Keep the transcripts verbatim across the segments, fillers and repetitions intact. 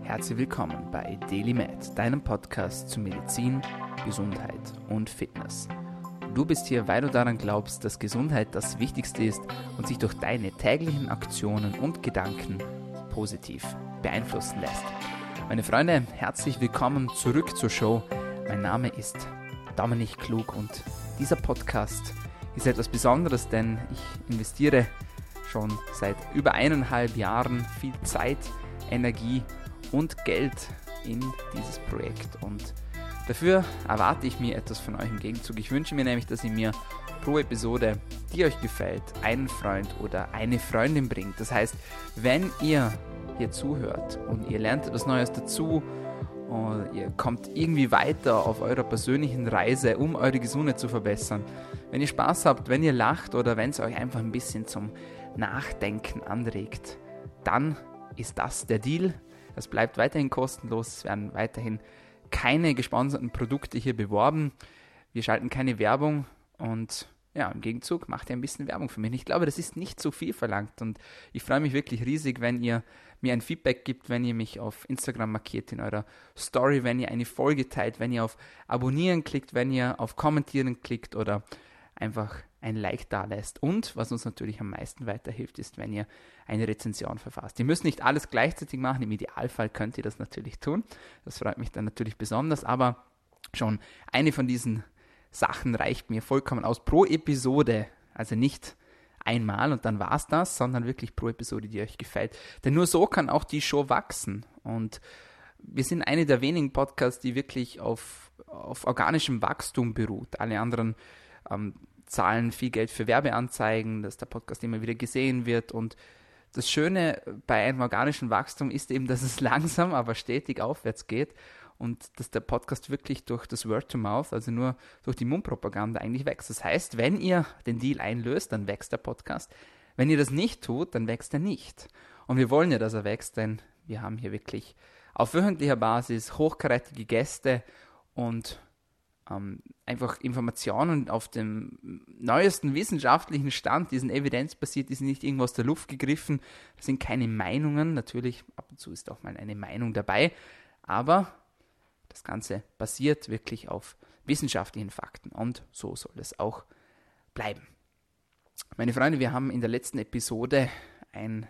Herzlich willkommen bei DailyMed, deinem Podcast zu Medizin, Gesundheit und Fitness. Du bist hier, weil du daran glaubst, dass Gesundheit das Wichtigste ist und sich durch deine täglichen Aktionen und Gedanken positiv beeinflussen lässt. Meine Freunde, herzlich willkommen zurück zur Show. Mein Name ist Dominik Klug und dieser Podcast ist etwas Besonderes, denn ich investiere schon seit über eineinhalb Jahren viel Zeit, Energie und Geld in dieses Projekt und dafür erwarte ich mir etwas von euch im Gegenzug. Ich wünsche mir nämlich, dass ihr mir pro Episode, die euch gefällt, einen Freund oder eine Freundin bringt. Das heißt, wenn ihr hier zuhört und ihr lernt etwas Neues dazu und ihr kommt irgendwie weiter auf eurer persönlichen Reise, um eure Gesundheit zu verbessern, wenn ihr Spaß habt, wenn ihr lacht oder wenn es euch einfach ein bisschen zum Nachdenken anregt, dann ist das der Deal. Es bleibt weiterhin kostenlos, es werden weiterhin keine gesponserten Produkte hier beworben. Wir schalten keine Werbung und ja, im Gegenzug macht ihr ein bisschen Werbung für mich. Ich glaube, das ist nicht so viel verlangt und ich freue mich wirklich riesig, wenn ihr mir ein Feedback gibt, wenn ihr mich auf Instagram markiert in eurer Story, wenn ihr eine Folge teilt, wenn ihr auf Abonnieren klickt, wenn ihr auf Kommentieren klickt oder einfach ein Like da lässt. Und was uns natürlich am meisten weiterhilft, ist, wenn ihr eine Rezension verfasst. Ihr müsst nicht alles gleichzeitig machen, im Idealfall könnt ihr das natürlich tun. Das freut mich dann natürlich besonders, aber schon eine von diesen Sachen reicht mir vollkommen aus pro Episode, also nicht einmal und dann war es das, sondern wirklich pro Episode, die euch gefällt. Denn nur so kann auch die Show wachsen und wir sind eine der wenigen Podcasts, die wirklich auf, auf organischem Wachstum beruht. Alle anderen ähm, zahlen viel Geld für Werbeanzeigen, dass der Podcast immer wieder gesehen wird und das Schöne bei einem organischen Wachstum ist eben, dass es langsam, aber stetig aufwärts geht und dass der Podcast wirklich durch das Word-to-Mouth, also nur durch die Mundpropaganda eigentlich wächst. Das heißt, wenn ihr den Deal einlöst, dann wächst der Podcast. Wenn ihr das nicht tut, dann wächst er nicht. Und wir wollen ja, dass er wächst, denn wir haben hier wirklich auf wöchentlicher Basis hochkarätige Gäste und ähm, einfach Informationen auf dem neuesten wissenschaftlichen Stand, die sind evidenzbasiert, die sind nicht irgendwo aus der Luft gegriffen, das sind keine Meinungen, natürlich ab und zu ist auch mal eine Meinung dabei, aber das Ganze basiert wirklich auf wissenschaftlichen Fakten und so soll es auch bleiben. Meine Freunde, wir haben in der letzten Episode ein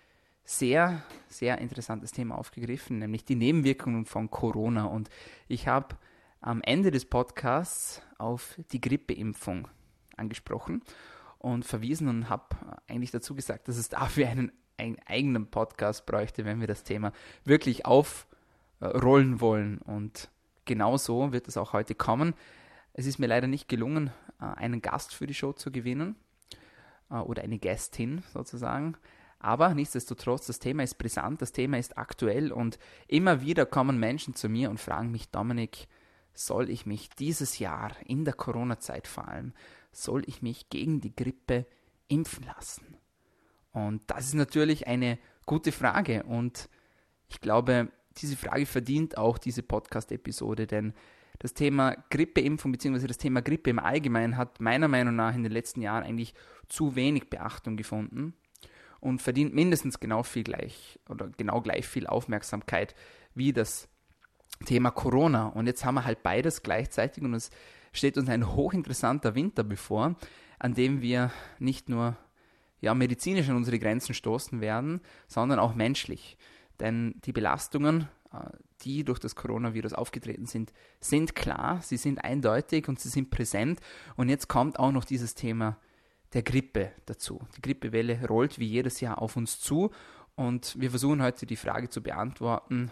sehr, sehr interessantes Thema aufgegriffen, nämlich die Nebenwirkungen von Corona und ich habe am Ende des Podcasts auf die Grippeimpfung angesprochen und verwiesen und habe eigentlich dazu gesagt, dass es dafür einen, einen eigenen Podcast bräuchte, wenn wir das Thema wirklich aufrollen wollen. Und genau so wird es auch heute kommen. Es ist mir leider nicht gelungen, einen Gast für die Show zu gewinnen oder eine Gästin sozusagen. Aber nichtsdestotrotz, das Thema ist brisant, das Thema ist aktuell und immer wieder kommen Menschen zu mir und fragen mich, Dominik, soll ich mich dieses Jahr, in der Corona-Zeit vor allem, soll ich mich gegen die Grippe impfen lassen? Und das ist natürlich eine gute Frage und ich glaube, diese Frage verdient auch diese Podcast-Episode, denn das Thema Grippeimpfung bzw. das Thema Grippe im Allgemeinen hat meiner Meinung nach in den letzten Jahren eigentlich zu wenig Beachtung gefunden und verdient mindestens genau viel gleich oder genau gleich viel Aufmerksamkeit wie das Thema Corona. Und jetzt haben wir halt beides gleichzeitig und es steht uns ein hochinteressanter Winter bevor, an dem wir nicht nur ja, medizinisch an unsere Grenzen stoßen werden, sondern auch menschlich. Denn die Belastungen, die durch das Coronavirus aufgetreten sind, sind klar, sie sind eindeutig und sie sind präsent. Und jetzt kommt auch noch dieses Thema der Grippe dazu. Die Grippewelle rollt wie jedes Jahr auf uns zu und wir versuchen heute die Frage zu beantworten,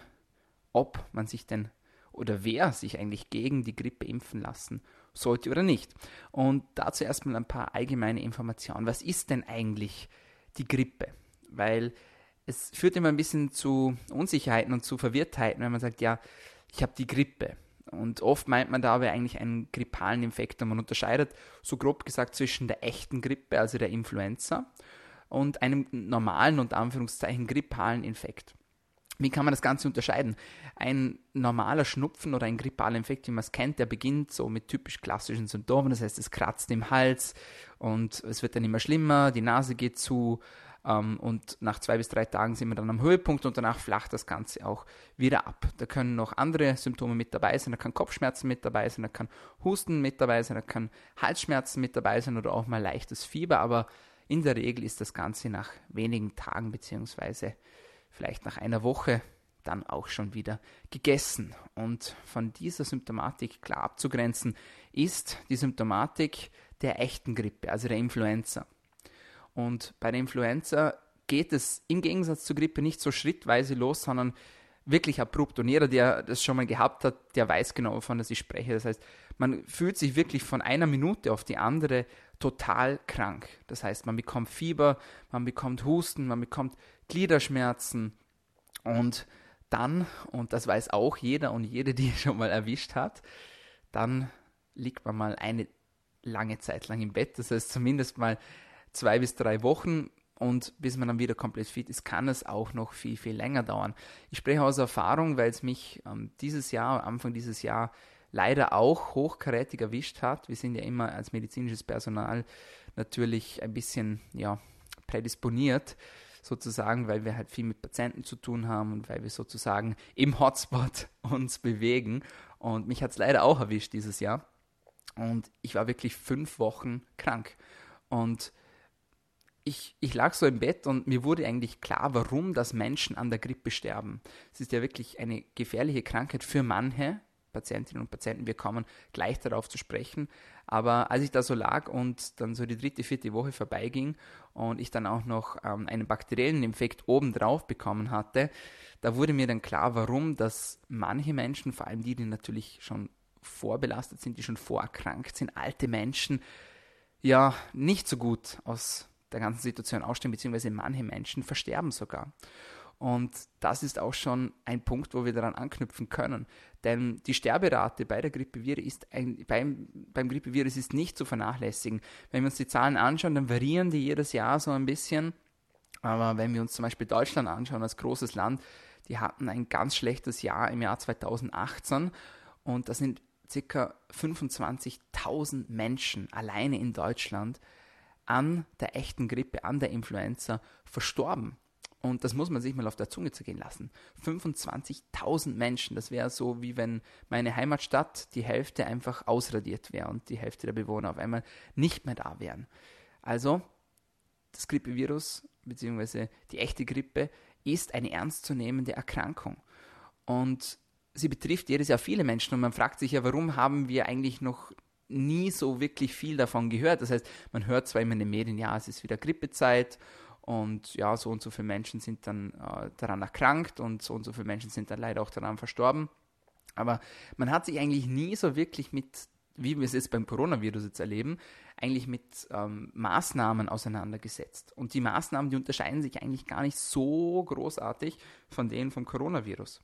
ob man sich denn oder wer sich eigentlich gegen die Grippe impfen lassen sollte oder nicht. Und dazu erstmal ein paar allgemeine Informationen. Was ist denn eigentlich die Grippe? Weil es führt immer ein bisschen zu Unsicherheiten und zu Verwirrtheiten, wenn man sagt, ja, ich habe die Grippe. Und oft meint man dabei eigentlich einen grippalen Infekt und man unterscheidet so grob gesagt zwischen der echten Grippe, also der Influenza, und einem normalen, unter Anführungszeichen, grippalen Infekt. Wie kann man das Ganze unterscheiden? Ein normaler Schnupfen oder ein grippaler Infekt, wie man es kennt, der beginnt so mit typisch klassischen Symptomen, das heißt, es kratzt im Hals und es wird dann immer schlimmer, die Nase geht zu, Ähm, und nach zwei bis drei Tagen sind wir dann am Höhepunkt und danach flacht das Ganze auch wieder ab. Da können noch andere Symptome mit dabei sein, da kann Kopfschmerzen mit dabei sein, da kann Husten mit dabei sein, da kann Halsschmerzen mit dabei sein oder auch mal leichtes Fieber, aber in der Regel ist das Ganze nach wenigen Tagen beziehungsweise vielleicht nach einer Woche dann auch schon wieder gegessen. Und von dieser Symptomatik klar abzugrenzen ist die Symptomatik der echten Grippe, also der Influenza. Und bei der Influenza geht es im Gegensatz zur Grippe nicht so schrittweise los, sondern wirklich abrupt. Und jeder, der das schon mal gehabt hat, der weiß genau, wovon ich spreche. Das heißt, man fühlt sich wirklich von einer Minute auf die andere total krank. Das heißt, man bekommt Fieber, man bekommt Husten, man bekommt Gliederschmerzen und dann, und das weiß auch jeder und jede, die schon mal erwischt hat, dann liegt man mal eine lange Zeit lang im Bett. Das heißt, zumindest mal zwei bis drei Wochen. Und bis man dann wieder komplett fit ist, kann es auch noch viel, viel länger dauern. Ich spreche aus Erfahrung, weil es mich ähm, dieses Jahr, Anfang dieses Jahr, leider auch hochkarätig erwischt hat. Wir sind ja immer als medizinisches Personal natürlich ein bisschen ja, prädisponiert, sozusagen, weil wir halt viel mit Patienten zu tun haben und weil wir sozusagen im Hotspot uns bewegen. Und mich hat es leider auch erwischt dieses Jahr. Und ich war wirklich fünf Wochen krank. Und Ich, ich lag so im Bett und mir wurde eigentlich klar, warum das Menschen an der Grippe sterben. Es ist ja wirklich eine gefährliche Krankheit für manche Patientinnen und Patienten. Wir kommen gleich darauf zu sprechen. Aber als ich da so lag und dann so die dritte, vierte Woche vorbeiging und ich dann auch noch ähm, einen bakteriellen Infekt obendrauf bekommen hatte, da wurde mir dann klar, warum dass manche Menschen, vor allem die, die natürlich schon vorbelastet sind, die schon vorerkrankt sind, alte Menschen, ja, nicht so gut aus der ganzen Situation ausstehen, beziehungsweise manche Menschen versterben sogar. Und das ist auch schon ein Punkt, wo wir daran anknüpfen können. Denn die Sterberate bei der Grippevirus ist ein, beim, beim Grippevirus ist nicht zu vernachlässigen. Wenn wir uns die Zahlen anschauen, dann variieren die jedes Jahr so ein bisschen. Aber wenn wir uns zum Beispiel Deutschland anschauen, als großes Land, die hatten ein ganz schlechtes Jahr im Jahr zweitausendachtzehn und das sind ca. fünfundzwanzigtausend Menschen alleine in Deutschland an der echten Grippe, an der Influenza verstorben. Und das muss man sich mal auf der Zunge zergehen lassen. fünfundzwanzigtausend Menschen, das wäre so, wie wenn meine Heimatstadt die Hälfte einfach ausradiert wäre und die Hälfte der Bewohner auf einmal nicht mehr da wären. Also, das Grippevirus, beziehungsweise die echte Grippe, ist eine ernstzunehmende Erkrankung. Und sie betrifft jedes Jahr viele Menschen und man fragt sich ja, warum haben wir eigentlich noch nie so wirklich viel davon gehört. Das heißt, man hört zwar immer in den Medien, ja, es ist wieder Grippezeit und ja, so und so viele Menschen sind dann äh, daran erkrankt und so und so viele Menschen sind dann leider auch daran verstorben. Aber man hat sich eigentlich nie so wirklich mit, wie wir es jetzt beim Coronavirus jetzt erleben, eigentlich mit ähm, Maßnahmen auseinandergesetzt. Und die Maßnahmen, die unterscheiden sich eigentlich gar nicht so großartig von denen vom Coronavirus.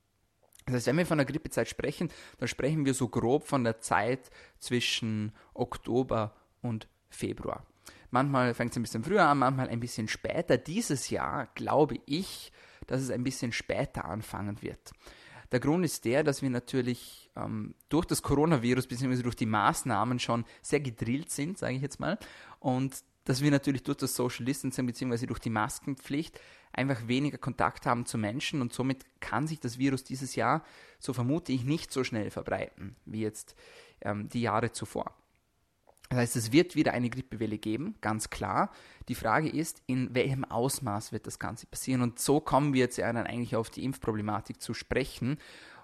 Das heißt, wenn wir von der Grippezeit sprechen, dann sprechen wir so grob von der Zeit zwischen Oktober und Februar. Manchmal fängt es ein bisschen früher an, manchmal ein bisschen später. Dieses Jahr glaube ich, dass es ein bisschen später anfangen wird. Der Grund ist der, dass wir natürlich ähm, durch das Coronavirus bzw. durch die Maßnahmen schon sehr gedrillt sind, sage ich jetzt mal, und dass wir natürlich durch das Social Distancing bzw. durch die Maskenpflicht einfach weniger Kontakt haben zu Menschen und somit kann sich das Virus dieses Jahr, so vermute ich, nicht so schnell verbreiten wie jetzt ähm, die Jahre zuvor. Das heißt, es wird wieder eine Grippewelle geben, ganz klar. Die Frage ist, in welchem Ausmaß wird das Ganze passieren? Und so kommen wir jetzt ja dann eigentlich auf die Impfproblematik zu sprechen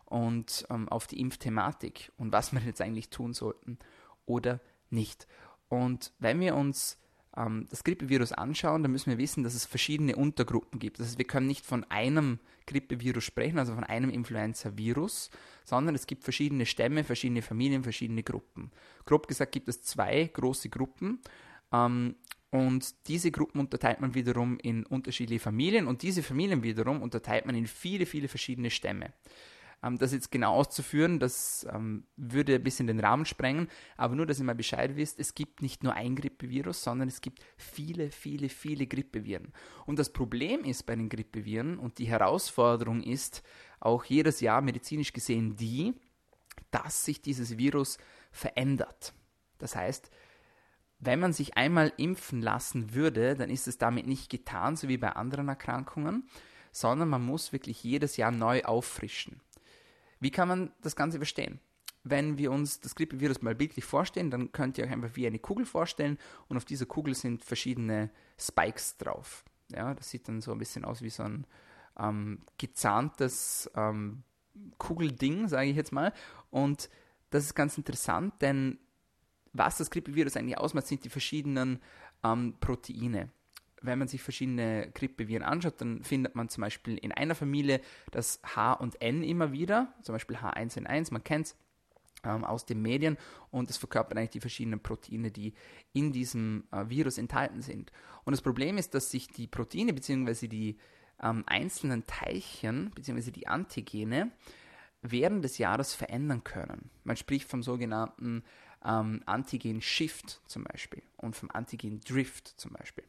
und ähm, auf die Impfthematik und was wir jetzt eigentlich tun sollten oder nicht. Und wenn wir uns ähm, das Grippevirus anschauen, dann müssen wir wissen, dass es verschiedene Untergruppen gibt. Das heißt, wir können nicht von einem Grippevirus sprechen, also von einem Influenza-Virus, sondern es gibt verschiedene Stämme, verschiedene Familien, verschiedene Gruppen. Grob gesagt gibt es zwei große Gruppen ähm, und diese Gruppen unterteilt man wiederum in unterschiedliche Familien und diese Familien wiederum unterteilt man in viele, viele verschiedene Stämme. Ähm, das jetzt genau auszuführen, das ähm, würde ein bisschen den Rahmen sprengen, aber nur, dass ihr mal Bescheid wisst, es gibt nicht nur ein Grippevirus, sondern es gibt viele, viele, viele Grippeviren. Und das Problem ist bei den Grippeviren und die Herausforderung ist auch jedes Jahr medizinisch gesehen die, dass sich dieses Virus verändert. Das heißt, wenn man sich einmal impfen lassen würde, dann ist es damit nicht getan, so wie bei anderen Erkrankungen, sondern man muss wirklich jedes Jahr neu auffrischen. Wie kann man das Ganze verstehen? Wenn wir uns das Grippevirus mal bildlich vorstellen, dann könnt ihr euch einfach wie eine Kugel vorstellen und auf dieser Kugel sind verschiedene Spikes drauf. Ja, das sieht dann so ein bisschen aus wie so ein ähm, gezahntes ähm, Kugelding, sage ich jetzt mal. Und das ist ganz interessant, denn was das Grippevirus eigentlich ausmacht, sind die verschiedenen ähm, Proteine. Wenn man sich verschiedene Grippeviren anschaut, dann findet man zum Beispiel in einer Familie das H und N immer wieder, zum Beispiel H eins N eins, man kennt es ähm, aus den Medien und es verkörpert eigentlich die verschiedenen Proteine, die in diesem äh, Virus enthalten sind. Und das Problem ist, dass sich die Proteine bzw. die ähm, einzelnen Teilchen bzw. die Antigene während des Jahres verändern können. Man spricht vom sogenannten ähm, Antigen-Shift zum Beispiel und vom Antigen-Drift zum Beispiel.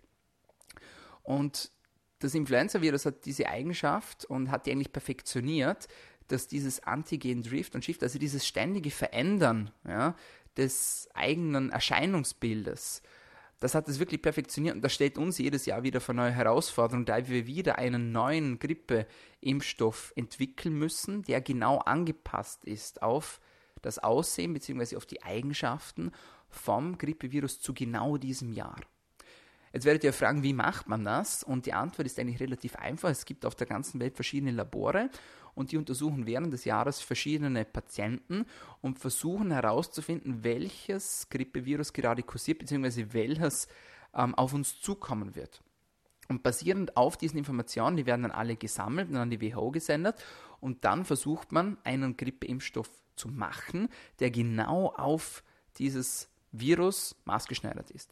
Und das Influenza-Virus hat diese Eigenschaft und hat die eigentlich perfektioniert, dass dieses Antigen-Drift und Shift, also dieses ständige Verändern ja, des eigenen Erscheinungsbildes, das hat es wirklich perfektioniert und das stellt uns jedes Jahr wieder vor neue Herausforderungen, da wir wieder einen neuen Grippeimpfstoff entwickeln müssen, der genau angepasst ist auf das Aussehen bzw. auf die Eigenschaften vom Grippevirus zu genau diesem Jahr. Jetzt werdet ihr fragen, wie macht man das? Und die Antwort ist eigentlich relativ einfach. Es gibt auf der ganzen Welt verschiedene Labore und die untersuchen während des Jahres verschiedene Patienten und versuchen herauszufinden, welches Grippevirus gerade kursiert, beziehungsweise welches ähm, auf uns zukommen wird. Und basierend auf diesen Informationen, die werden dann alle gesammelt und an die W H O gesendet und dann versucht man, einen Grippeimpfstoff zu machen, der genau auf dieses Virus maßgeschneidert ist.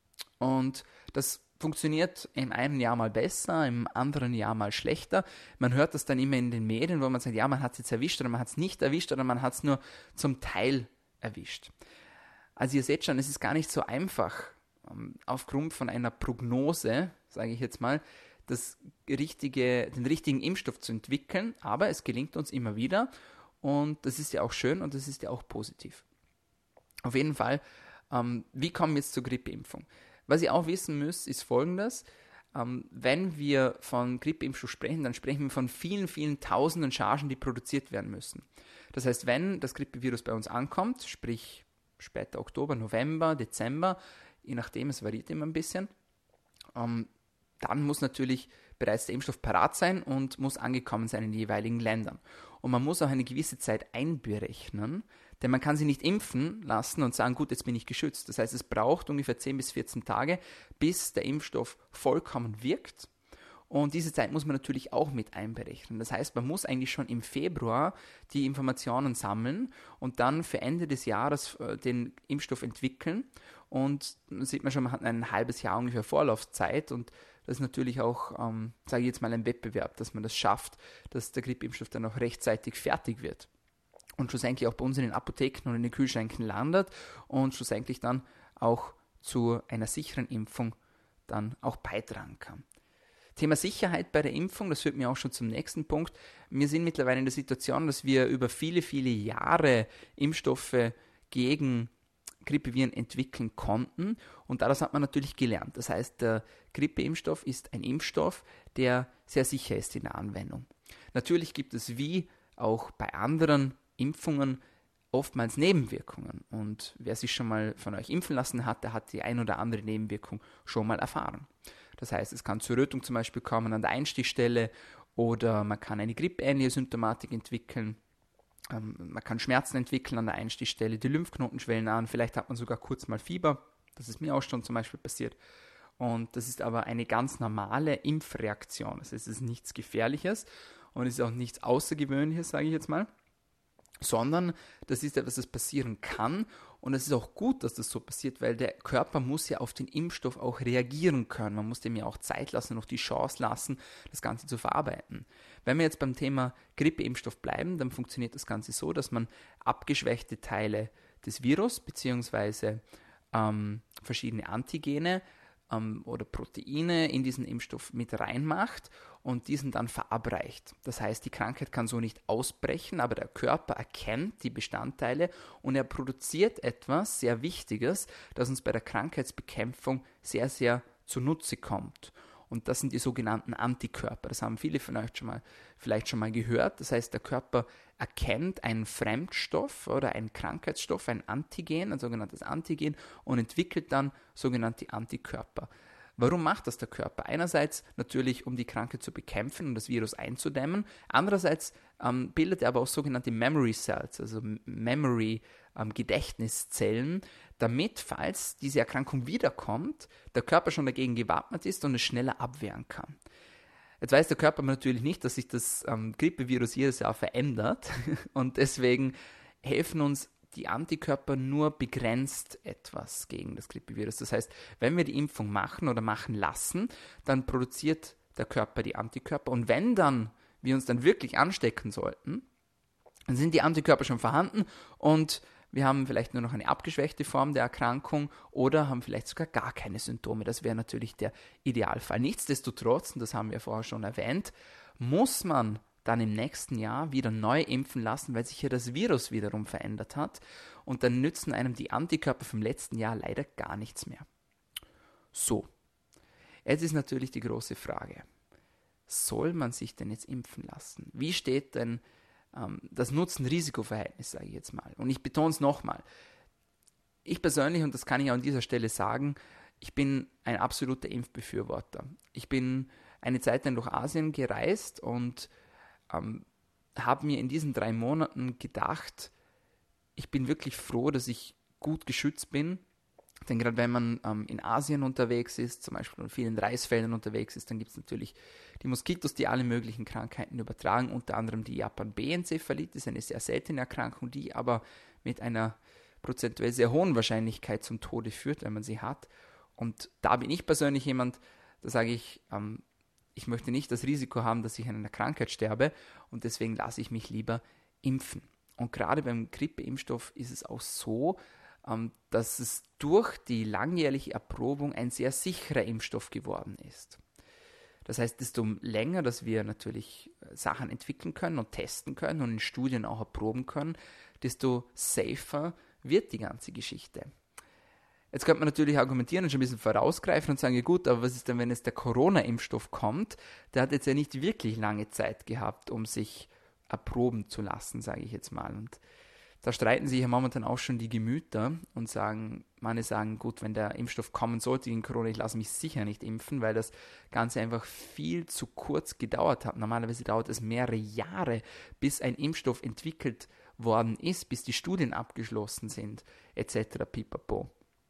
Und das funktioniert im einen Jahr mal besser, im anderen Jahr mal schlechter. Man hört das dann immer in den Medien, wo man sagt, ja, man hat es jetzt erwischt oder man hat es nicht erwischt oder man hat es nur zum Teil erwischt. Also ihr seht schon, es ist gar nicht so einfach, aufgrund von einer Prognose, sage ich jetzt mal, das richtige, den richtigen Impfstoff zu entwickeln, aber es gelingt uns immer wieder und das ist ja auch schön und das ist ja auch positiv. Auf jeden Fall, ähm, wie kommen wir jetzt zur Grippeimpfung? Was ihr auch wissen müsst, ist Folgendes. Ähm, wenn wir von Grippeimpfstoff sprechen, dann sprechen wir von vielen, vielen tausenden Chargen, die produziert werden müssen. Das heißt, wenn das Grippevirus bei uns ankommt, sprich später Oktober, November, Dezember, je nachdem, es variiert immer ein bisschen, ähm, dann muss natürlich bereits der Impfstoff parat sein und muss angekommen sein in den jeweiligen Ländern. Und man muss auch eine gewisse Zeit einberechnen, denn man kann sie nicht impfen lassen und sagen, gut, jetzt bin ich geschützt. Das heißt, es braucht ungefähr zehn bis vierzehn Tage, bis der Impfstoff vollkommen wirkt. Und diese Zeit muss man natürlich auch mit einberechnen. Das heißt, man muss eigentlich schon im Februar die Informationen sammeln und dann für Ende des Jahres den Impfstoff entwickeln. Und da sieht man schon, man hat ein halbes Jahr ungefähr Vorlaufzeit und das ist natürlich auch, ähm, sage ich jetzt mal, ein Wettbewerb, dass man das schafft, dass der Grippeimpfstoff dann auch rechtzeitig fertig wird. Und schlussendlich auch bei uns in den Apotheken und in den Kühlschränken landet und schlussendlich dann auch zu einer sicheren Impfung dann auch beitragen kann. Thema Sicherheit bei der Impfung, das führt mir auch schon zum nächsten Punkt. Wir sind mittlerweile in der Situation, dass wir über viele, viele Jahre Impfstoffe gegen Grippeviren entwickeln konnten und daraus hat man natürlich gelernt. Das heißt, der Grippeimpfstoff ist ein Impfstoff, der sehr sicher ist in der Anwendung. Natürlich gibt es wie auch bei anderen Impfungen oftmals Nebenwirkungen und wer sich schon mal von euch impfen lassen hat, der hat die ein oder andere Nebenwirkung schon mal erfahren. Das heißt, es kann zur Rötung zum Beispiel kommen an der Einstichstelle oder man kann eine grippeähnliche Symptomatik entwickeln. Ähm, man kann Schmerzen entwickeln an der Einstichstelle, die Lymphknoten schwellen an, vielleicht hat man sogar kurz mal Fieber. Das ist mir auch schon zum Beispiel passiert. Und das ist aber eine ganz normale Impfreaktion. Das heißt, es ist nichts Gefährliches und es ist auch nichts Außergewöhnliches, sage ich jetzt mal, sondern das ist etwas, das passieren kann und es ist auch gut, dass das so passiert, weil der Körper muss ja auf den Impfstoff auch reagieren können. Man muss dem ja auch Zeit lassen, noch die Chance lassen, das Ganze zu verarbeiten. Wenn wir jetzt beim Thema Grippeimpfstoff bleiben, dann funktioniert das Ganze so, dass man abgeschwächte Teile des Virus bzw. ähm, verschiedene Antigene ähm, oder Proteine in diesen Impfstoff mit reinmacht und diesen dann verabreicht. Das heißt, die Krankheit kann so nicht ausbrechen, aber der Körper erkennt die Bestandteile und er produziert etwas sehr Wichtiges, das uns bei der Krankheitsbekämpfung sehr, sehr zunutze kommt. Und das sind die sogenannten Antikörper. Das haben viele von euch schon mal, vielleicht schon mal gehört. Das heißt, der Körper erkennt einen Fremdstoff oder einen Krankheitsstoff, ein Antigen, ein sogenanntes Antigen, und entwickelt dann sogenannte Antikörper. Warum macht das der Körper? Einerseits natürlich, um die Krankheit zu bekämpfen und das Virus einzudämmen. Andererseits ähm, bildet er aber auch sogenannte Memory Cells, also Memory ähm, Gedächtniszellen, damit, falls diese Erkrankung wiederkommt, der Körper schon dagegen gewappnet ist und es schneller abwehren kann. Jetzt weiß der Körper natürlich nicht, dass sich das ähm, Grippevirus jedes Jahr verändert und deswegen helfen uns die Antikörper nur begrenzt etwas gegen das Grippevirus. Das heißt, wenn wir die Impfung machen oder machen lassen, dann produziert der Körper die Antikörper und wenn dann wir uns dann wirklich anstecken sollten, dann sind die Antikörper schon vorhanden und wir haben vielleicht nur noch eine abgeschwächte Form der Erkrankung oder haben vielleicht sogar gar keine Symptome. Das wäre natürlich der Idealfall. Nichtsdestotrotz, und das haben wir vorher schon erwähnt, muss man dann im nächsten Jahr wieder neu impfen lassen, weil sich hier das Virus wiederum verändert hat und dann nützen einem die Antikörper vom letzten Jahr leider gar nichts mehr. So, jetzt ist natürlich die große Frage, soll man sich denn jetzt impfen lassen? Wie steht denn ähm, das Nutzen-Risiko-Verhältnis, sage ich jetzt mal? Und ich betone es nochmal, ich persönlich, und das kann ich auch an dieser Stelle sagen, ich bin ein absoluter Impfbefürworter. Ich bin eine Zeit lang durch Asien gereist und Ähm, habe mir in diesen drei Monaten gedacht, ich bin wirklich froh, dass ich gut geschützt bin. Denn gerade wenn man ähm, in Asien unterwegs ist, zum Beispiel in vielen Reisfeldern unterwegs ist, dann gibt es natürlich die Moskitos, die alle möglichen Krankheiten übertragen, unter anderem die Japan-B-Enzephalitis, eine sehr seltene Erkrankung, die aber mit einer prozentuell sehr hohen Wahrscheinlichkeit zum Tode führt, wenn man sie hat. Und da bin ich persönlich jemand, da sage ich, ähm, ich möchte nicht das Risiko haben, dass ich an einer Krankheit sterbe und deswegen lasse ich mich lieber impfen. Und gerade beim Grippeimpfstoff ist es auch so, ähm, dass es durch die langjährliche Erprobung ein sehr sicherer Impfstoff geworden ist. Das heißt, desto länger, dass wir natürlich Sachen entwickeln können und testen können und in Studien auch erproben können, desto safer wird die ganze Geschichte. Jetzt könnte man natürlich argumentieren und schon ein bisschen vorausgreifen und sagen, ja gut, aber was ist denn, wenn jetzt der Corona-Impfstoff kommt? Der hat jetzt ja nicht wirklich lange Zeit gehabt, um sich erproben zu lassen, sage ich jetzt mal. Und da streiten sich ja momentan auch schon die Gemüter und sagen, manche sagen, gut, wenn der Impfstoff kommen sollte gegen Corona, ich lasse mich sicher nicht impfen, weil das Ganze einfach viel zu kurz gedauert hat. Normalerweise dauert es mehrere Jahre, bis ein Impfstoff entwickelt worden ist, bis die Studien abgeschlossen sind, et cetera pipapo.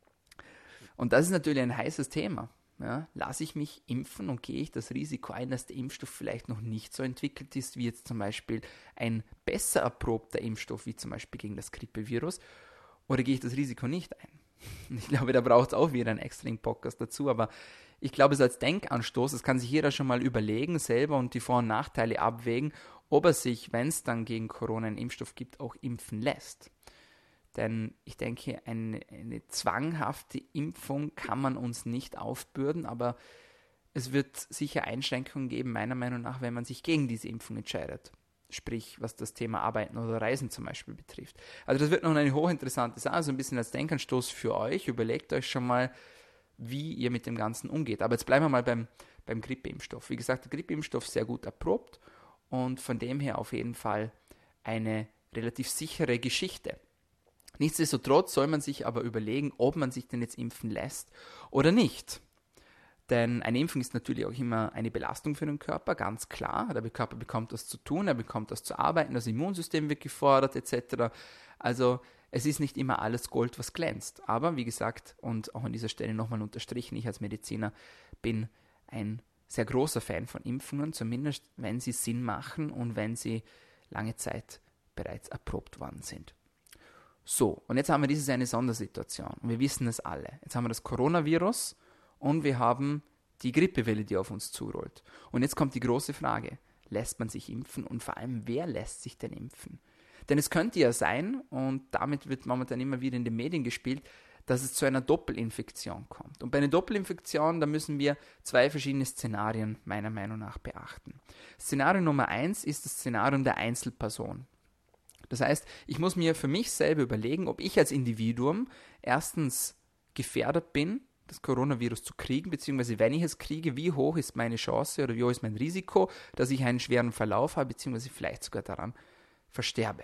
Und das ist natürlich ein heißes Thema. Ja, lasse ich mich impfen und gehe ich das Risiko ein, dass der Impfstoff vielleicht noch nicht so entwickelt ist, wie jetzt zum Beispiel ein besser erprobter Impfstoff, wie zum Beispiel gegen das Grippevirus, oder gehe ich das Risiko nicht ein? Ich glaube, da braucht es auch wieder einen extra Podcast dazu, aber ich glaube, so als Denkanstoß, das kann sich jeder schon mal überlegen selber und die Vor- und Nachteile abwägen, ob er sich, wenn es dann gegen Corona einen Impfstoff gibt, auch impfen lässt. Denn ich denke, eine, eine zwanghafte Impfung kann man uns nicht aufbürden, aber es wird sicher Einschränkungen geben, meiner Meinung nach, wenn man sich gegen diese Impfung entscheidet. Sprich, was das Thema Arbeiten oder Reisen zum Beispiel betrifft. Also das wird noch eine hochinteressante Sache, so ein bisschen als Denkanstoß für euch. Überlegt euch schon mal, wie ihr mit dem Ganzen umgeht. Aber jetzt bleiben wir mal beim, beim Grippeimpfstoff. Wie gesagt, der Grippeimpfstoff ist sehr gut erprobt und von dem her auf jeden Fall eine relativ sichere Geschichte. Nichtsdestotrotz soll man sich aber überlegen, ob man sich denn jetzt impfen lässt oder nicht. Denn eine Impfung ist natürlich auch immer eine Belastung für den Körper, ganz klar. Der Körper bekommt das zu tun, er bekommt das zu arbeiten, das Immunsystem wird gefordert et cetera. Also es ist nicht immer alles Gold, was glänzt. Aber wie gesagt, und auch an dieser Stelle nochmal unterstrichen, ich als Mediziner bin ein sehr großer Fan von Impfungen, zumindest wenn sie Sinn machen und wenn sie lange Zeit bereits erprobt worden sind. So, und jetzt haben wir diese eine Sondersituation. Und wir wissen es alle. Jetzt haben wir das Coronavirus und wir haben die Grippewelle, die auf uns zurollt. Und jetzt kommt die große Frage, lässt man sich impfen und vor allem, wer lässt sich denn impfen? Denn es könnte ja sein, und damit wird momentan immer wieder in den Medien gespielt, dass es zu einer Doppelinfektion kommt. Und bei einer Doppelinfektion, da müssen wir zwei verschiedene Szenarien meiner Meinung nach beachten. Szenario Nummer eins ist das Szenario der Einzelperson. Das heißt, ich muss mir für mich selber überlegen, ob ich als Individuum erstens gefährdet bin, das Coronavirus zu kriegen, beziehungsweise wenn ich es kriege, wie hoch ist meine Chance oder wie hoch ist mein Risiko, dass ich einen schweren Verlauf habe, beziehungsweise vielleicht sogar daran versterbe.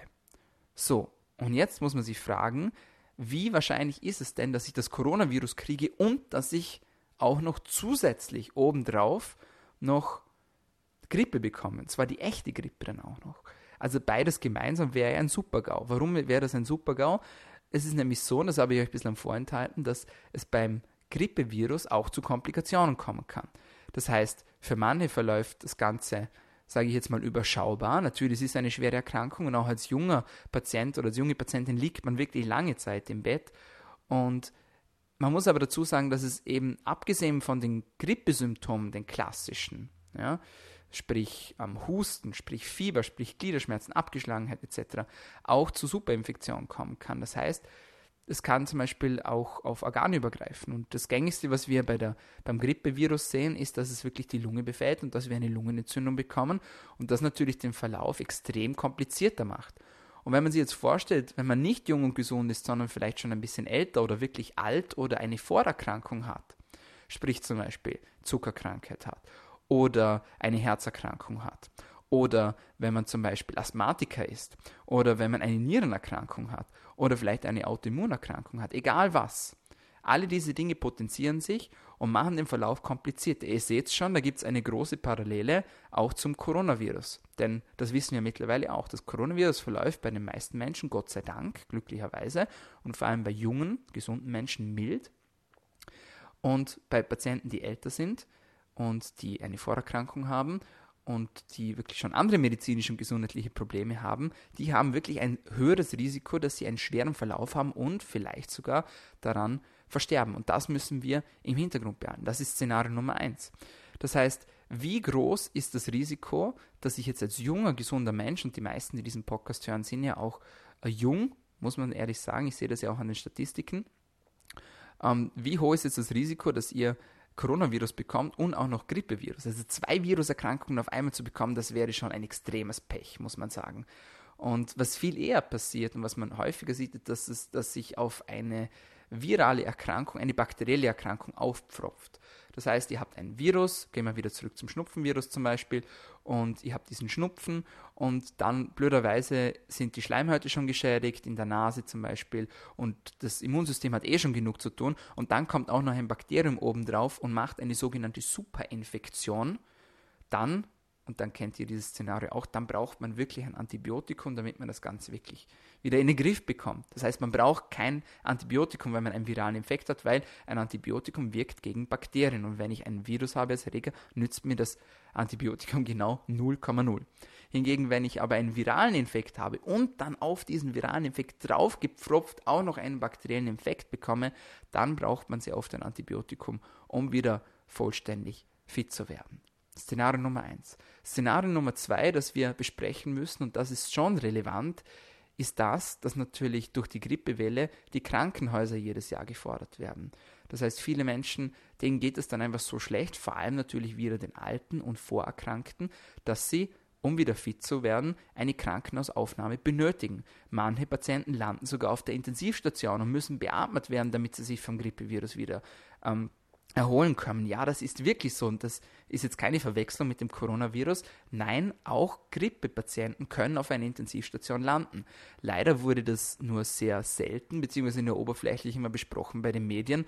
So, und jetzt muss man sich fragen, wie wahrscheinlich ist es denn, dass ich das Coronavirus kriege und dass ich auch noch zusätzlich obendrauf noch Grippe bekomme, und zwar die echte Grippe dann auch noch. Also beides gemeinsam wäre ja ein Super-GAU. Warum wäre das ein Super-GAU? Es ist nämlich so, und das habe ich euch bislang vorenthalten, dass es beim Grippevirus auch zu Komplikationen kommen kann. Das heißt, für manche verläuft das Ganze, sage ich jetzt mal, überschaubar. Natürlich ist es eine schwere Erkrankung und auch als junger Patient oder als junge Patientin liegt man wirklich lange Zeit im Bett. Und man muss aber dazu sagen, dass es eben abgesehen von den Grippesymptomen, den klassischen, ja, sprich ähm, Husten, sprich Fieber, sprich Gliederschmerzen, Abgeschlagenheit et cetera, auch zu Superinfektionen kommen kann. Das heißt, es kann zum Beispiel auch auf Organe übergreifen. Und das Gängigste, was wir bei der, beim Grippevirus sehen, ist, dass es wirklich die Lunge befällt und dass wir eine Lungenentzündung bekommen und das natürlich den Verlauf extrem komplizierter macht. Und wenn man sich jetzt vorstellt, wenn man nicht jung und gesund ist, sondern vielleicht schon ein bisschen älter oder wirklich alt oder eine Vorerkrankung hat, sprich zum Beispiel Zuckerkrankheit hat oder eine Herzerkrankung hat oder wenn man zum Beispiel Asthmatiker ist oder wenn man eine Nierenerkrankung hat oder vielleicht eine Autoimmunerkrankung hat, egal was. Alle diese Dinge potenzieren sich und machen den Verlauf komplizierter. Ihr seht schon, da gibt es eine große Parallele auch zum Coronavirus. Denn das wissen wir mittlerweile auch. Das Coronavirus verläuft bei den meisten Menschen, Gott sei Dank, glücklicherweise, und vor allem bei jungen, gesunden Menschen mild. Und bei Patienten, die älter sind und die eine Vorerkrankung haben und die wirklich schon andere medizinische und gesundheitliche Probleme haben, die haben wirklich ein höheres Risiko, dass sie einen schweren Verlauf haben und vielleicht sogar daran versterben. Und das müssen wir im Hintergrund behalten. Das ist Szenario Nummer eins. Das heißt, wie groß ist das Risiko, dass ich jetzt als junger, gesunder Mensch, und die meisten, die diesen Podcast hören, sind ja auch äh, jung, muss man ehrlich sagen, ich sehe das ja auch an den Statistiken, ähm, wie hoch ist jetzt das Risiko, dass ihr Coronavirus bekommt und auch noch Grippevirus. Also zwei Viruserkrankungen auf einmal zu bekommen, das wäre schon ein extremes Pech, muss man sagen. Und was viel eher passiert und was man häufiger sieht, ist, dass, es, dass sich auf eine virale Erkrankung, eine bakterielle Erkrankung aufpfropft. Das heißt, ihr habt ein Virus, gehen wir wieder zurück zum Schnupfenvirus zum Beispiel, und ihr habt diesen Schnupfen und dann blöderweise sind die Schleimhäute schon geschädigt, in der Nase zum Beispiel, und das Immunsystem hat eh schon genug zu tun und dann kommt auch noch ein Bakterium obendrauf und macht eine sogenannte Superinfektion. Dann, und dann kennt ihr dieses Szenario auch, dann braucht man wirklich ein Antibiotikum, damit man das Ganze wirklich wieder in den Griff bekommt. Das heißt, man braucht kein Antibiotikum, wenn man einen viralen Infekt hat, weil ein Antibiotikum wirkt gegen Bakterien. Und wenn ich ein Virus habe als Erreger, nützt mir das Antibiotikum genau null Komma null. Hingegen, wenn ich aber einen viralen Infekt habe und dann auf diesen viralen Infekt draufgepfropft auch noch einen bakteriellen Infekt bekomme, dann braucht man sehr oft ein Antibiotikum, um wieder vollständig fit zu werden. Szenario Nummer eins. Szenario Nummer zwei, das wir besprechen müssen, und das ist schon relevant, ist das, dass natürlich durch die Grippewelle die Krankenhäuser jedes Jahr gefordert werden. Das heißt, viele Menschen, denen geht es dann einfach so schlecht, vor allem natürlich wieder den Alten und Vorerkrankten, dass sie, um wieder fit zu werden, eine Krankenhausaufnahme benötigen. Manche Patienten landen sogar auf der Intensivstation und müssen beatmet werden, damit sie sich vom Grippevirus wieder ähm, erholen können. Ja, das ist wirklich so und das ist jetzt keine Verwechslung mit dem Coronavirus. Nein, auch Grippepatienten können auf einer Intensivstation landen. Leider wurde das nur sehr selten bzw. nur oberflächlich immer besprochen bei den Medien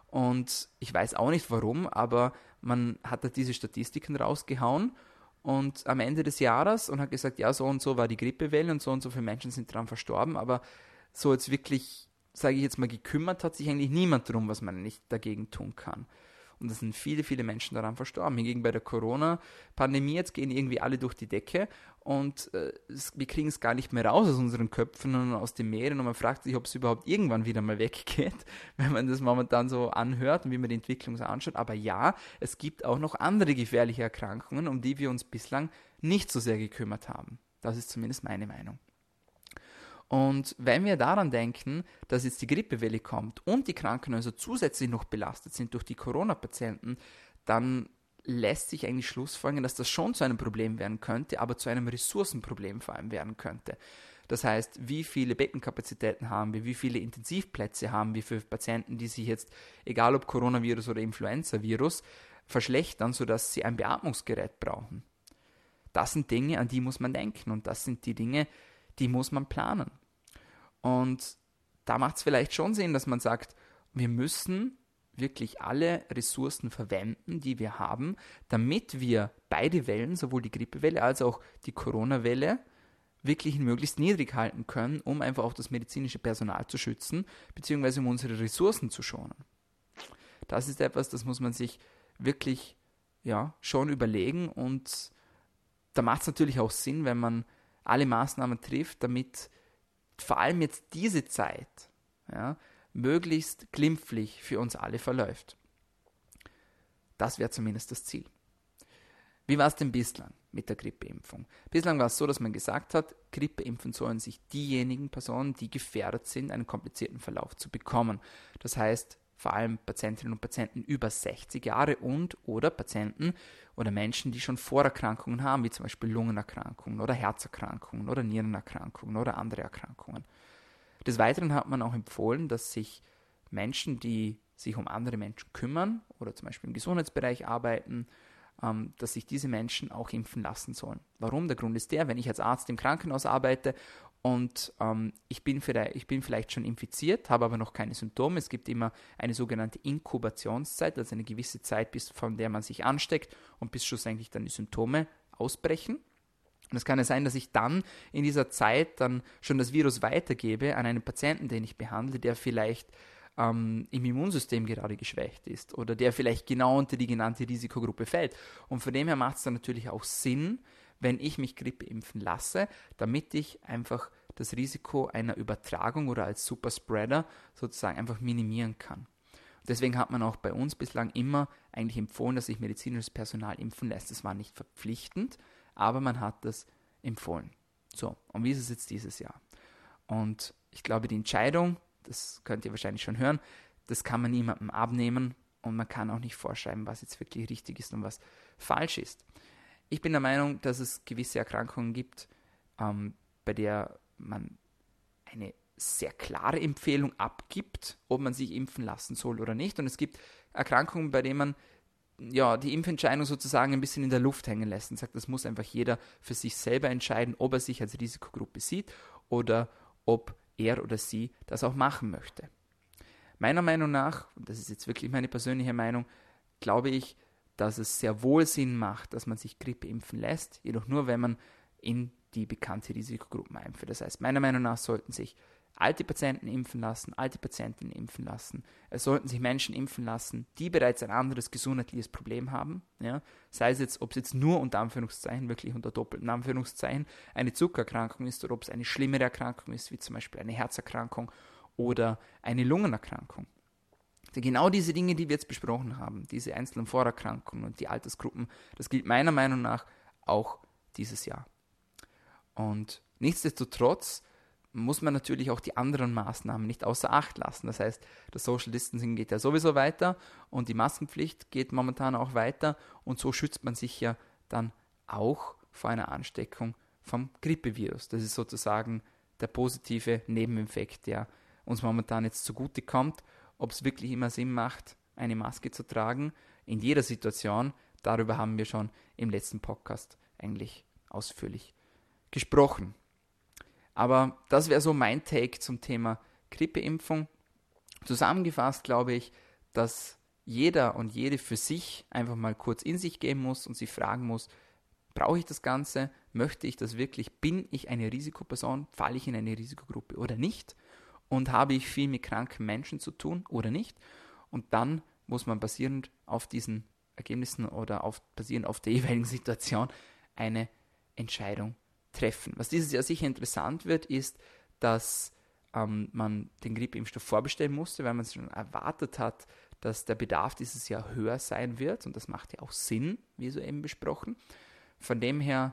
und ich weiß auch nicht warum, aber man hat da diese Statistiken rausgehauen und am Ende des Jahres und hat gesagt, ja, so und so war die Grippewelle und so und so viele Menschen sind daran verstorben, aber so jetzt wirklich, sage ich jetzt mal, gekümmert hat sich eigentlich niemand darum, was man nicht dagegen tun kann. Und es sind viele, viele Menschen daran verstorben. Hingegen bei der Corona-Pandemie, jetzt gehen irgendwie alle durch die Decke und äh, es, wir kriegen es gar nicht mehr raus aus unseren Köpfen und aus den Meeren und man fragt sich, ob es überhaupt irgendwann wieder mal weggeht, wenn man das momentan so anhört und wie man die Entwicklung so anschaut. Aber ja, es gibt auch noch andere gefährliche Erkrankungen, um die wir uns bislang nicht so sehr gekümmert haben. Das ist zumindest meine Meinung. Und wenn wir daran denken, dass jetzt die Grippewelle kommt und die Krankenhäuser zusätzlich noch belastet sind durch die Corona-Patienten, dann lässt sich eigentlich schlussfolgern, dass das schon zu einem Problem werden könnte, aber zu einem Ressourcenproblem vor allem werden könnte. Das heißt, wie viele Bettenkapazitäten haben wir, wie viele Intensivplätze haben wir für Patienten, die sich jetzt, egal ob Coronavirus oder Influenza-Virus, verschlechtern, sodass sie ein Beatmungsgerät brauchen. Das sind Dinge, an die muss man denken und das sind die Dinge, die muss man planen. Und da macht es vielleicht schon Sinn, dass man sagt, wir müssen wirklich alle Ressourcen verwenden, die wir haben, damit wir beide Wellen, sowohl die Grippewelle als auch die Corona-Welle, wirklich möglichst niedrig halten können, um einfach auch das medizinische Personal zu schützen, beziehungsweise um unsere Ressourcen zu schonen. Das ist etwas, das muss man sich wirklich ja, schon überlegen und da macht es natürlich auch Sinn, wenn man alle Maßnahmen trifft, damit vor allem jetzt diese Zeit ja, möglichst glimpflich für uns alle verläuft. Das wäre zumindest das Ziel. Wie war es denn bislang mit der Grippeimpfung? Bislang war es so, dass man gesagt hat, Grippeimpfen sollen sich diejenigen Personen, die gefährdet sind, einen komplizierten Verlauf zu bekommen. Das heißt, vor allem Patientinnen und Patienten über sechzig Jahre und oder Patienten oder Menschen, die schon Vorerkrankungen haben, wie zum Beispiel Lungenerkrankungen oder Herzerkrankungen oder Nierenerkrankungen oder andere Erkrankungen. Des Weiteren hat man auch empfohlen, dass sich Menschen, die sich um andere Menschen kümmern oder zum Beispiel im Gesundheitsbereich arbeiten, ähm, dass sich diese Menschen auch impfen lassen sollen. Warum? Der Grund ist der, wenn ich als Arzt im Krankenhaus arbeite und ähm, ich, bin vielleicht, ich bin vielleicht schon infiziert, habe aber noch keine Symptome. Es gibt immer eine sogenannte Inkubationszeit, also eine gewisse Zeit, bis von der man sich ansteckt und bis schlussendlich dann die Symptome ausbrechen. Und es kann ja sein, dass ich dann in dieser Zeit dann schon das Virus weitergebe an einen Patienten, den ich behandle, der vielleicht ähm, im Immunsystem gerade geschwächt ist oder der vielleicht genau unter die genannte Risikogruppe fällt. Und von dem her macht es dann natürlich auch Sinn, wenn ich mich Grippe impfen lasse, damit ich einfach das Risiko einer Übertragung oder als Superspreader sozusagen einfach minimieren kann. Deswegen hat man auch bei uns bislang immer eigentlich empfohlen, dass sich medizinisches Personal impfen lässt. Das war nicht verpflichtend, aber man hat das empfohlen. So, und wie ist es jetzt dieses Jahr? Und ich glaube, die Entscheidung, das könnt ihr wahrscheinlich schon hören, das kann man niemandem abnehmen und man kann auch nicht vorschreiben, was jetzt wirklich richtig ist und was falsch ist. Ich bin der Meinung, dass es gewisse Erkrankungen gibt, ähm, bei der man eine sehr klare Empfehlung abgibt, ob man sich impfen lassen soll oder nicht. Und es gibt Erkrankungen, bei denen man ja, die Impfentscheidung sozusagen ein bisschen in der Luft hängen lässt und sagt, das muss einfach jeder für sich selber entscheiden, ob er sich als Risikogruppe sieht oder ob er oder sie das auch machen möchte. Meiner Meinung nach, und das ist jetzt wirklich meine persönliche Meinung, glaube ich, dass es sehr wohl Sinn macht, dass man sich Grippe impfen lässt, jedoch nur, wenn man in die bekannte Risikogruppen einführt. Das heißt, meiner Meinung nach sollten sich alte Patienten impfen lassen, alte Patientinnen impfen lassen. Es sollten sich Menschen impfen lassen, die bereits ein anderes gesundheitliches Problem haben. Ja? Sei es jetzt, ob es jetzt nur unter Anführungszeichen, wirklich unter doppelten Anführungszeichen, eine Zuckererkrankung ist oder ob es eine schlimmere Erkrankung ist, wie zum Beispiel eine Herzerkrankung oder eine Lungenerkrankung. Genau diese Dinge, die wir jetzt besprochen haben, diese einzelnen Vorerkrankungen und die Altersgruppen, das gilt meiner Meinung nach auch dieses Jahr. Und nichtsdestotrotz muss man natürlich auch die anderen Maßnahmen nicht außer Acht lassen. Das heißt, das Social Distancing geht ja sowieso weiter und die Maskenpflicht geht momentan auch weiter und so schützt man sich ja dann auch vor einer Ansteckung vom Grippevirus. Das ist sozusagen der positive Nebeneffekt, der uns momentan jetzt zugute kommt. Ob es wirklich immer Sinn macht, eine Maske zu tragen, in jeder Situation, darüber haben wir schon im letzten Podcast eigentlich ausführlich gesprochen. Aber das wäre so mein Take zum Thema Grippeimpfung. Zusammengefasst glaube ich, dass jeder und jede für sich einfach mal kurz in sich gehen muss und sich fragen muss, brauche ich das Ganze? Möchte ich das wirklich? Bin ich eine Risikoperson? Falle ich in eine Risikogruppe oder nicht? Und habe ich viel mit kranken Menschen zu tun oder nicht? Und dann muss man basierend auf diesen Ergebnissen oder auf, basierend auf der jeweiligen Situation eine Entscheidung treffen. Was dieses Jahr sicher interessant wird, ist, dass ähm, man den Grippeimpfstoff vorbestellen musste, weil man schon erwartet hat, dass der Bedarf dieses Jahr höher sein wird. Und das macht ja auch Sinn, wie so eben besprochen. Von dem her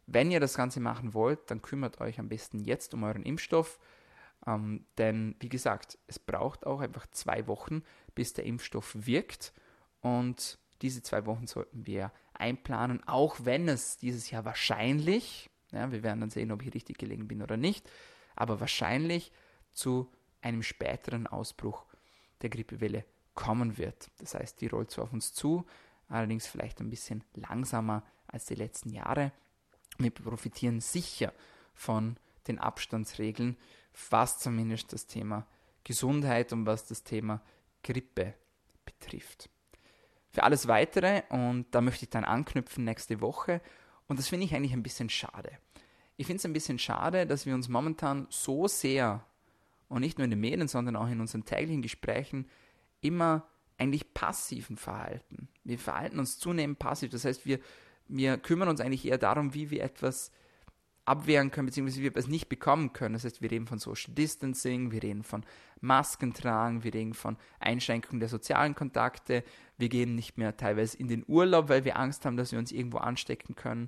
wenn ihr das Ganze machen wollt, dann kümmert euch am besten jetzt um euren Impfstoff, ähm, denn wie gesagt, es braucht auch einfach zwei Wochen, bis der Impfstoff wirkt, und diese zwei Wochen sollten wir einplanen, auch wenn es dieses Jahr wahrscheinlich, ja, wir werden dann sehen, ob ich richtig gelegen bin oder nicht, aber wahrscheinlich zu einem späteren Ausbruch der Grippewelle kommen wird. Das heißt, die rollt zwar auf uns zu, allerdings vielleicht ein bisschen langsamer als die letzten Jahre. Wir profitieren sicher von den Abstandsregeln, was zumindest das Thema Gesundheit und was das Thema Grippe betrifft. Für alles Weitere, und da möchte ich dann anknüpfen nächste Woche, und das finde ich eigentlich ein bisschen schade. Ich finde es ein bisschen schade, dass wir uns momentan so sehr, und nicht nur in den Medien, sondern auch in unseren täglichen Gesprächen, immer eigentlich passiven verhalten. Wir verhalten uns zunehmend passiv, das heißt, wir, wir kümmern uns eigentlich eher darum, wie wir etwas abwehren können, beziehungsweise wie wir es nicht bekommen können. Das heißt, wir reden von Social Distancing, wir reden von Masken tragen, wir reden von Einschränkung der sozialen Kontakte, wir gehen nicht mehr teilweise in den Urlaub, weil wir Angst haben, dass wir uns irgendwo anstecken können.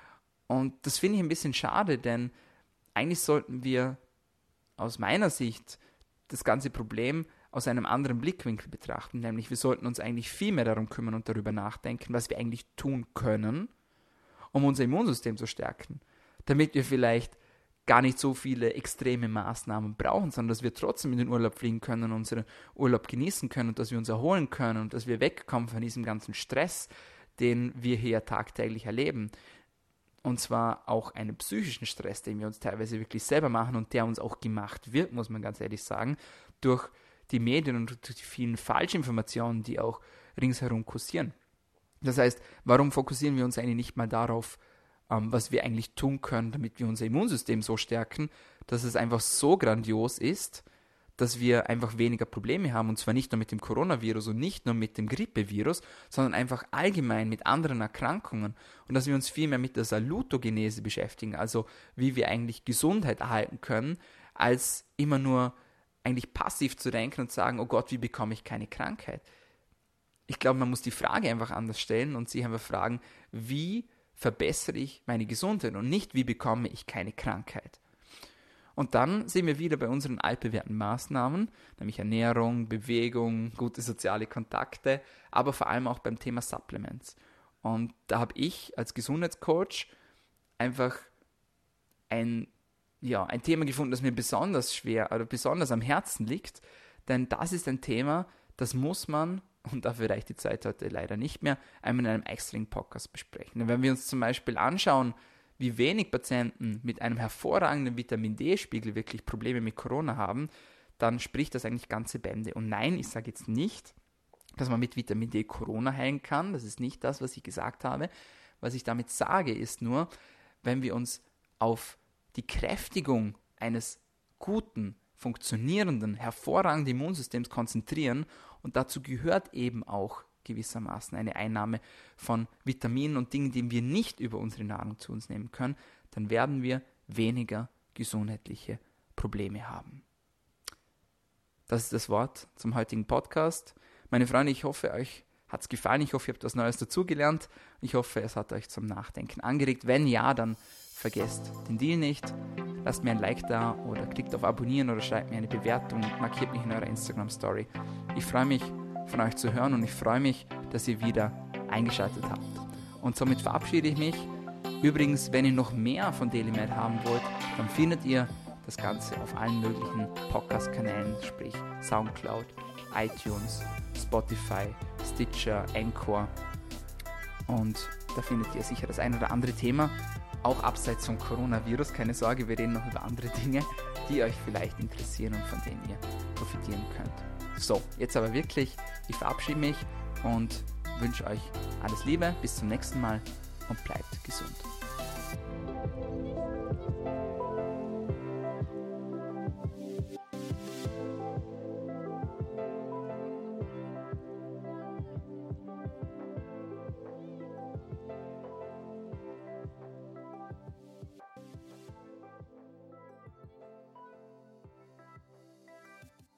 Und das finde ich ein bisschen schade, denn eigentlich sollten wir aus meiner Sicht das ganze Problem aus einem anderen Blickwinkel betrachten, nämlich wir sollten uns eigentlich viel mehr darum kümmern und darüber nachdenken, was wir eigentlich tun können, um unser Immunsystem zu stärken, damit wir vielleicht gar nicht so viele extreme Maßnahmen brauchen, sondern dass wir trotzdem in den Urlaub fliegen können und unseren Urlaub genießen können und dass wir uns erholen können und dass wir wegkommen von diesem ganzen Stress, den wir hier tagtäglich erleben. Und zwar auch einen psychischen Stress, den wir uns teilweise wirklich selber machen und der uns auch gemacht wird, muss man ganz ehrlich sagen, durch die Medien und durch die vielen Falschinformationen, die auch ringsherum kursieren. Das heißt, warum fokussieren wir uns eigentlich nicht mal darauf, ähm, was wir eigentlich tun können, damit wir unser Immunsystem so stärken, dass es einfach so grandios ist, dass wir einfach weniger Probleme haben, und zwar nicht nur mit dem Coronavirus und nicht nur mit dem Grippevirus, sondern einfach allgemein mit anderen Erkrankungen, und dass wir uns viel mehr mit der Salutogenese beschäftigen, also wie wir eigentlich Gesundheit erhalten können, als immer nur eigentlich passiv zu denken und sagen, oh Gott, wie bekomme ich keine Krankheit? Ich glaube, man muss die Frage einfach anders stellen und sich einfach fragen, wie verbessere ich meine Gesundheit und nicht, wie bekomme ich keine Krankheit? Und dann sind wir wieder bei unseren altbewährten Maßnahmen, nämlich Ernährung, Bewegung, gute soziale Kontakte, aber vor allem auch beim Thema Supplements. Und da habe ich als Gesundheitscoach einfach ein, ja, ein Thema gefunden, das mir besonders schwer oder besonders am Herzen liegt, denn das ist ein Thema, das muss man, und dafür reicht die Zeit heute leider nicht mehr, einmal in einem extra Podcast besprechen. Denn wenn wir uns zum Beispiel anschauen, wie wenig Patienten mit einem hervorragenden Vitamin-D-Spiegel wirklich Probleme mit Corona haben, dann spricht das eigentlich ganze Bände. Und nein, ich sage jetzt nicht, dass man mit Vitamin D Corona heilen kann. Das ist nicht das, was ich gesagt habe. Was ich damit sage, ist nur, wenn wir uns auf die Kräftigung eines guten, funktionierenden, hervorragenden Immunsystems konzentrieren, und dazu gehört eben auch gewissermaßen eine Einnahme von Vitaminen und Dingen, die wir nicht über unsere Nahrung zu uns nehmen können, dann werden wir weniger gesundheitliche Probleme haben. Das ist das Wort zum heutigen Podcast. Meine Freunde, ich hoffe, euch hat es gefallen. Ich hoffe, ihr habt was Neues dazugelernt. Ich hoffe, es hat euch zum Nachdenken angeregt. Wenn ja, dann vergesst den Deal nicht. Lasst mir ein Like da oder klickt auf Abonnieren oder schreibt mir eine Bewertung und markiert mich in eurer Instagram-Story. Ich freue mich, von euch zu hören, und ich freue mich, dass ihr wieder eingeschaltet habt. Und somit verabschiede ich mich. Übrigens, wenn ihr noch mehr von DailyMed haben wollt, dann findet ihr das Ganze auf allen möglichen Podcast-Kanälen, sprich Soundcloud, iTunes, Spotify, Stitcher, Anchor, und da findet ihr sicher das ein oder andere Thema, auch abseits vom Coronavirus. Keine Sorge, wir reden noch über andere Dinge, die euch vielleicht interessieren und von denen ihr profitieren könnt. So, jetzt aber wirklich, ich verabschiede mich und wünsche euch alles Liebe, bis zum nächsten Mal und bleibt gesund.